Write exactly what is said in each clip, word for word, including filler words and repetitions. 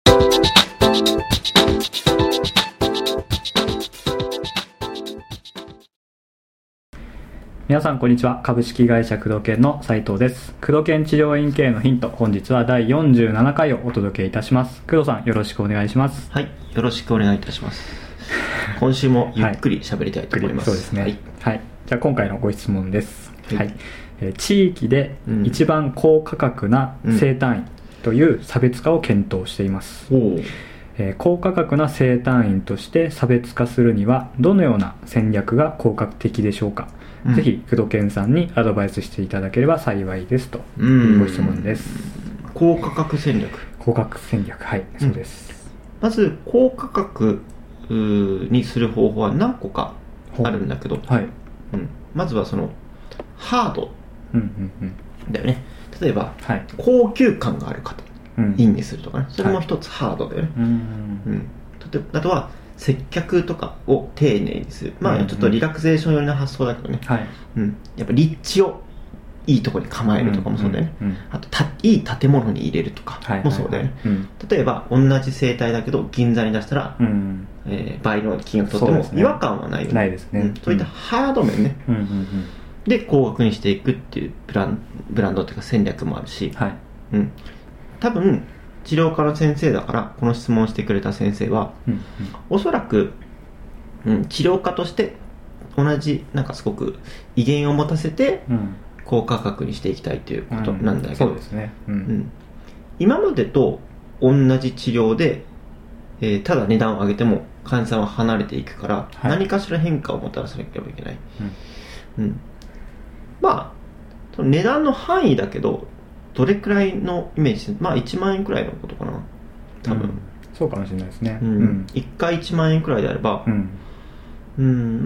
皆さんこんにちは。株式会社工藤研の斉藤です。工藤研治療院経営のヒント、本日はだいよんじゅうななかいをお届けいたします。工藤さんよろしくお願いします。 はい、よろしくお願いいたします。今週もゆっくり喋りたいと思います。 はい、そうですね、はいはい、じゃあ今回のご質問です。はいはい、えー、地域で一番高価格な整体院という差別化を検討しています。うん、えー、高価格な整体院として差別化するにはどのような戦略が効果的でしょうか。うん、ぜひ工藤研さんにアドバイスしていただければ幸いですというご質問です。 高価格戦略。 高価格戦略、はい、そうです。 まず高価格にする方法は何個かあるんだけど、はい、うん、まずはそのハードだよね。例えば、はい、高級感がある方、うん、院にするとかね、それも一つハードだよね。はい、うんうん、あとは接客とかを丁寧にする、まあちょっとリラクゼーション寄りな発想だけどね、はい、うん、やっぱ立地をいいところに構えるとかもそうだよね、うんうんうん、あとたいい建物に入れるとかもそうだよね、はいはいはい、うん、例えば同じ生態だけど銀座に出したら、うん、えー、倍の金額とっても違和感はないよね。 ないですね、うん、 そういったハード面ね、うんうんうん、で高額にしていくっていうブラン、ブランドっていうか戦略もあるし、はい、うん、多分治療科の先生だからこの質問をしてくれた先生は、うんうん、おそらく、うん、治療科として同じなんかすごく威厳を持たせて、うん、高価格にしていきたいということなんだけど、うん、そうですね、うんうん、今までと同じ治療で、えー、ただ値段を上げても患者さんは離れていくから、はい、何かしら変化をもたらさなければいけない、うんうん、まあ値段の範囲だけどどれくらいのイメージで、まあいちまんえんくらいのことかな多分、うん、 そうかもしれないですね、 うんうん、いっかいいちまんえんくらいであれば、うんうん、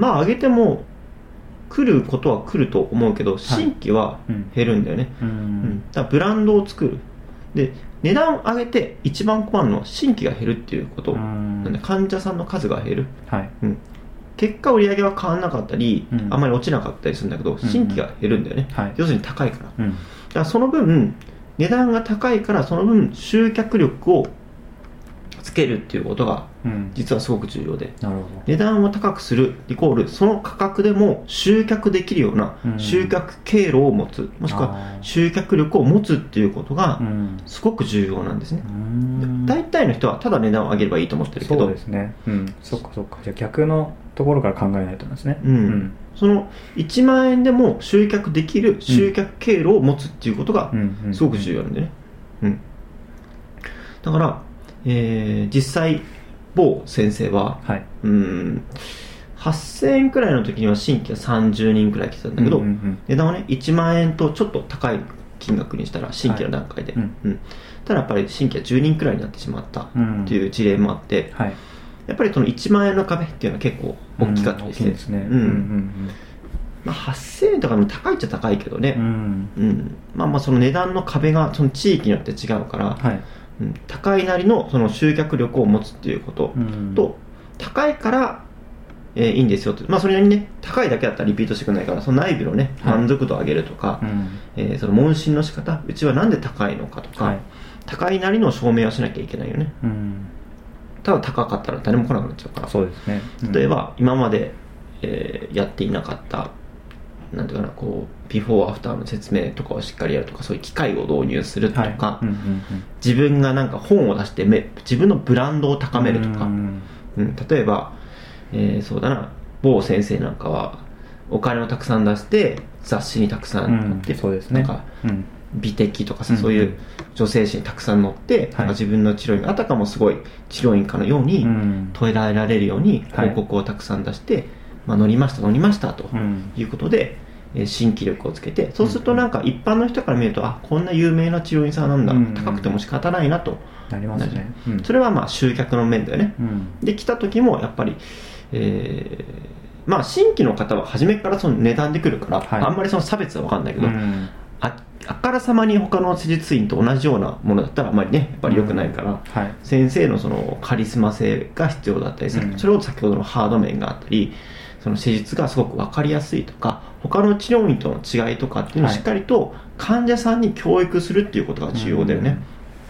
まあ上げても来ることは来ると思うけど新規は減るんだよね、はい、うんうん、だからブランドを作るで値段を上げて一番困るのは新規が減るっていうことなんで、患者さんの数が減る、はい、うん、結果売り上げは変わらなかったり、うん、あんまり落ちなかったりするんだけど新規が減るんだよね、うんうん、要するに高いから、うん、だからその分値段が高いからその分集客力をつけるっていうことが実はすごく重要で、うん、なるほど。値段を高くするイコールその価格でも集客できるような集客経路を持つ、もしくは集客力を持つっていうことがすごく重要なんですね。大体の人はただ値段を上げればいいと思ってるけど、 そうですね、うん、そっかそっか、じゃあ逆のところから考えないとなんですね、 うんうん、そのいちまんえんでも集客できる集客経路を持つっていうことがすごく重要なんでね、うん、だから、えー、実際某先生は、はい、うーんはっせんえんくらいの時には新規はさんじゅうにんくらい来てたんだけど、うんうんうん、値段をねいちまんえんとちょっと高い金額にしたら新規の段階で、はい、うんうん、ただやっぱり新規はじゅうにんくらいになってしまったっていう事例もあって、うん、はい、やっぱりそのいちまんえんの壁っていうのは結構大きかったりして、うん、大きいですね、うんうんうん、まあ、はっせんえんとかでも高いっちゃ高いけどね、うんうん、まあまあその値段の壁がその地域によって違うから、はい、うん、高いなりのその集客力を持つっていうことと、うん、高いから、えー、いいんですよって、まあ、それなりにね高いだけだったらリピートしてくれないからその内部のね、はい、満足度を上げるとか、うん、えー、その問診の仕方、うちはなんで高いのかとか、はい、高いなりの証明はしなきゃいけないよね、うん、ただ高かったら誰も来なくなっちゃうから。 そうですね、 うん、例えば今まで、えー、やっていなかったなんていうかな、こうビフォーアフターの説明とかをしっかりやるとか、そういう機械を導入するとか、はい、うんうんうん、自分がなんか本を出してめ自分のブランドを高めるとか、うんうん、例えば、えー、そうだな、某先生なんかはお金をたくさん出して雑誌にたくさん載って、うん、そうですね、なんか、うん、美的とかさ、うんうん、そういう女性誌にたくさん載って、はい、なんか自分の治療院があたかもすごい治療院かのように捉えられるように広告をたくさん出して、はい、まあ、乗りました乗りましたということで、うん、新規力をつけて、そうするとなんか一般の人から見ると、あ、こんな有名な治療院さんなんだ、うん、高くても仕方ないなとなりますね、うん、 それはまあ集客の面だよね、うん、で来た時もやっぱり、えー、まあ新規の方は初めからその値段で来るから、はい、あんまりその差別は分かんないけど、うん、ああからさまに他の施術院と同じようなものだったらあまりねやっぱり良くないから、うん、はい、先生のそのカリスマ性が必要だったりする、うん、それを先ほどのハード面があったり、その施術がすごく分かりやすいとか他の治療院との違いとかっていうのをしっかりと患者さんに教育するっていうことが重要だよね、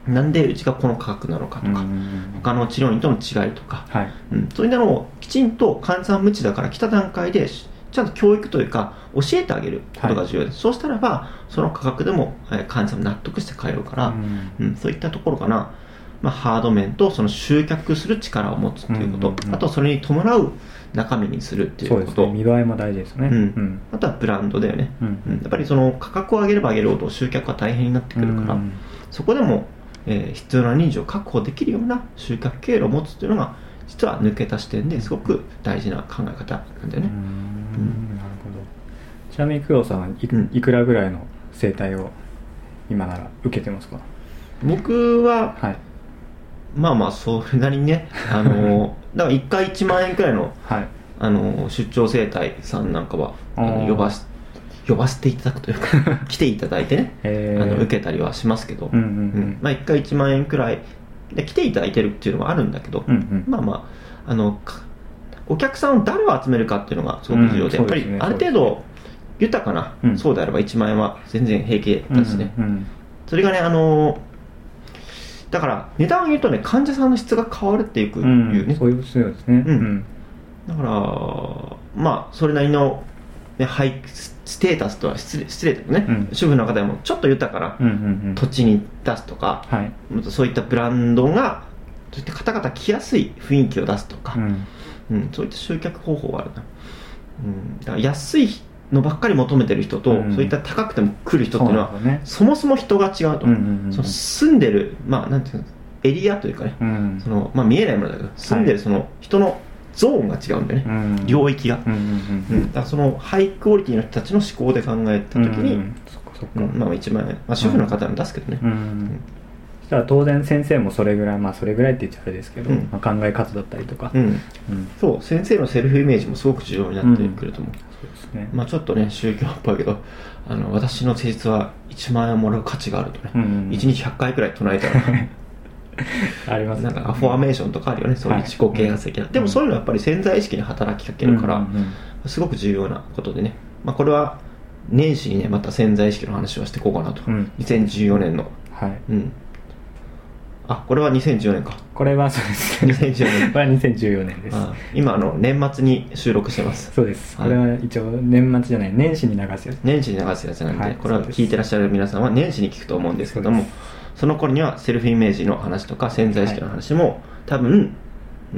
なんでうちがこの価格なのかとか、他の治療院との違いとか、はいうん、そういうのをきちんと患者さん無知だから来た段階でちゃんと教育というか教えてあげることが重要です、はい、そうしたらばその価格でも患者さん納得して通うから、うんうん、そういったところかな、まあ、ハード面とその集客する力を持つということ、うんうんうん、あとそれに伴う中身にするっていうこと、そうですね、見栄えも大事ですね、うんうん、 あとはブランドだよね、うんうん、やっぱりその価格を上げれば上げるほど集客は大変になってくるから、うん、そこでも、えー、必要な人数を確保できるような集客経路を持つというのが実は抜けた視点ですごく大事な考え方なんだよね。うん、うん、なるほど。ちなみに工藤さんはい、うん、いくらぐらいの整体を今なら受けてますか？ 僕は、はい、まあまあそれなりにね、あのだからいっかいいちまんえんくらいの、はい、あの出張整体さんなんかはあの呼ばし呼ばせていただくというか来ていただいてね、あの受けたりはしますけど、うんうんうんうん、まあ、いっかいいちまんえんくらいで来ていただいてるっていうのもあるんだけど、うんうん、まあまああのお客さんを誰を集めるかっていうのがすごく重要で、うん、やっぱりある程度豊かな、うん、そうであればいちまんえんは全然平気だしね、うんうんうん、それがね、あのだから値段を言うとね患者さんの質が変わるっていう、うん、いうね、 そういうことですね、うん、 だからまあそれなりの、ね、ハイステータスとは失礼、失礼だよね、うん、主婦の方でもちょっと豊かな土地に出すとか、うんうんうん、そういったブランドがそういった方々来やすい雰囲気を出すとか、うんうん、そういった集客方法があるな、うん、だから安いのばっかり求めてる人と、うん、そういった高くても来る人っていうのは そ,、ね、そもそも人が違うと、うんうんうん、その住んでる、まあ、なんていうのエリアというかね、うん、そのまあ、見えないものだけど住んでるその人のゾーンが違うんだよね、うん、領域が、うんうんうんうん、だからそのハイクオリティの人たちの思考で考えたときに、うんうん、そっかそっか、うん、まあいちまんえん、まあ、主婦の方も出すけどね、うんうん、 そしたら当然先生もそれぐらい、まあそれぐらいって言っちゃあれですけど、うん、まあ、考え方だったりとか、うんうん、 そう先生のセルフイメージもすごく重要になってくると思う、うん、そうですね、まあ、ちょっとね宗教っぽいけどあの私の施術はいちまんえんもらう価値があるとね、うんうん、いちにちひゃっかいくらい唱えたらあります、ね、なんかアフォーメーションとかあるよね、そういう自己啓発的な、はい、でもそういうのはやっぱり潜在意識に働きかけるから、うんうんうん、すごく重要なことでね、まあ、これは年始にねまた潜在意識の話をしていこうかなと、うん、にせんじゅうよねんの、はい、うん、あ、これはにせんじゅうよねんか、 これはそうですね、にせんじゅうよねんこれはにせんじゅうよねんです。あ、 今あの年末に収録してます。 そうです、はい、これは一応年末じゃない年始に流すやつ、 年始に流すやつなんで、はい、これは聞いてらっしゃる皆さんは年始に聞くと思うんですけども、その頃にはセルフイメージの話とか潜在意識の話も、はい、多分、うん、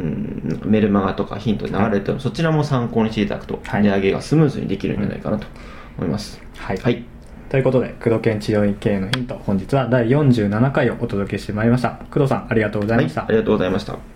メルマガとかヒントに流れてる、はい、そちらも参考にしていただくと値上げがスムーズにできるんじゃないかなと思います、 はい、はい、ということで工藤研治療院経営のヒント、本日はだいよんじゅうななかいをお届けしてまいりました。工藤さんありがとうございました、 はい、ありがとうございました。